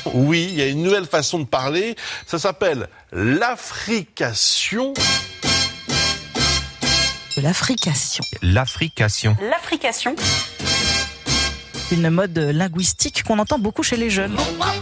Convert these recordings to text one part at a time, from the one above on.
Oui, il y a une nouvelle façon de parler. Ça s'appelle l'africation. L'africation. L'africation. L'africation. Une mode linguistique qu'on entend beaucoup chez les jeunes.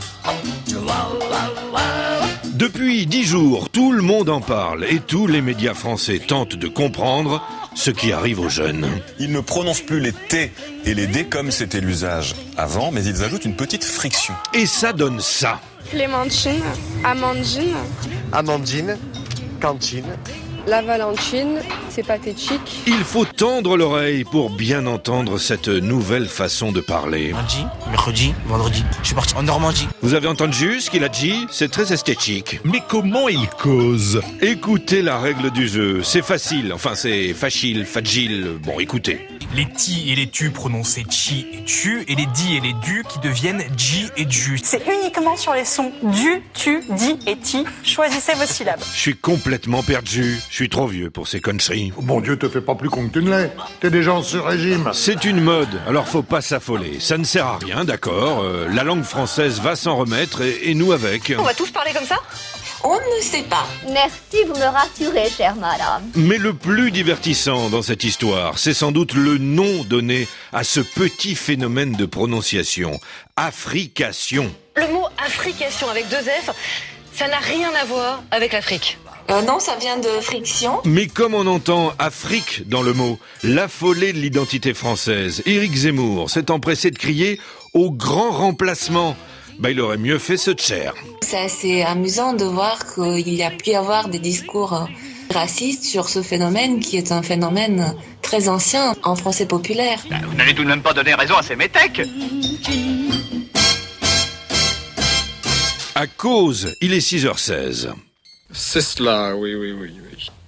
Depuis 10 jours, tout le monde en parle et tous les médias français tentent de comprendre ce qui arrive aux jeunes. Ils ne prononcent plus les T et les D comme c'était l'usage avant, mais ils ajoutent une petite friction. Et ça donne ça. Clémentine, Amandine, Amandine, cantine. la Valentine, c'est pathétique. Il faut tendre l'oreille pour bien entendre cette nouvelle façon de parler. Lundi, mercredi, vendredi. Je suis parti en Normandie. Vous avez entendu ce qu'il a dit? C'est très esthétique. Mais comment il cause? Écoutez la règle du jeu. C'est facile. Enfin, c'est facile, fragile. Bon, écoutez. Les ti et les tu prononcés chi et tu, et les di et les du qui deviennent ji et ju. C'est uniquement sur les sons du, tu, di et ti. Choisissez vos syllabes. Je suis complètement perdu. Je suis trop vieux pour ces conneries. Bon Dieu te fait pas plus con que tu ne l'es. T'es déjà en sur-régime. C'est une mode, alors faut pas s'affoler. Ça ne sert à rien, d'accord. La langue française va s'en remettre et nous avec. On va tous parler comme ça ? On ne sait pas. Merci, vous me rassurez, chère madame. Mais le plus divertissant dans cette histoire, c'est sans doute le nom donné à ce petit phénomène de prononciation. Africation. Le mot africation avec 2 F, ça n'a rien à voir avec l'Afrique. Non, ça vient de friction. Mais comme on entend Afrique dans le mot, l'affolé de l'identité française, Éric Zemmour s'est empressé de crier au grand remplacement. Il aurait mieux fait se taire. C'est assez amusant de voir qu'il y a pu y avoir des discours racistes sur ce phénomène qui est un phénomène très ancien en français populaire. Vous n'allez tout de même pas donner raison à ces métèques. À cause, il est 6h16. C'est cela, oui.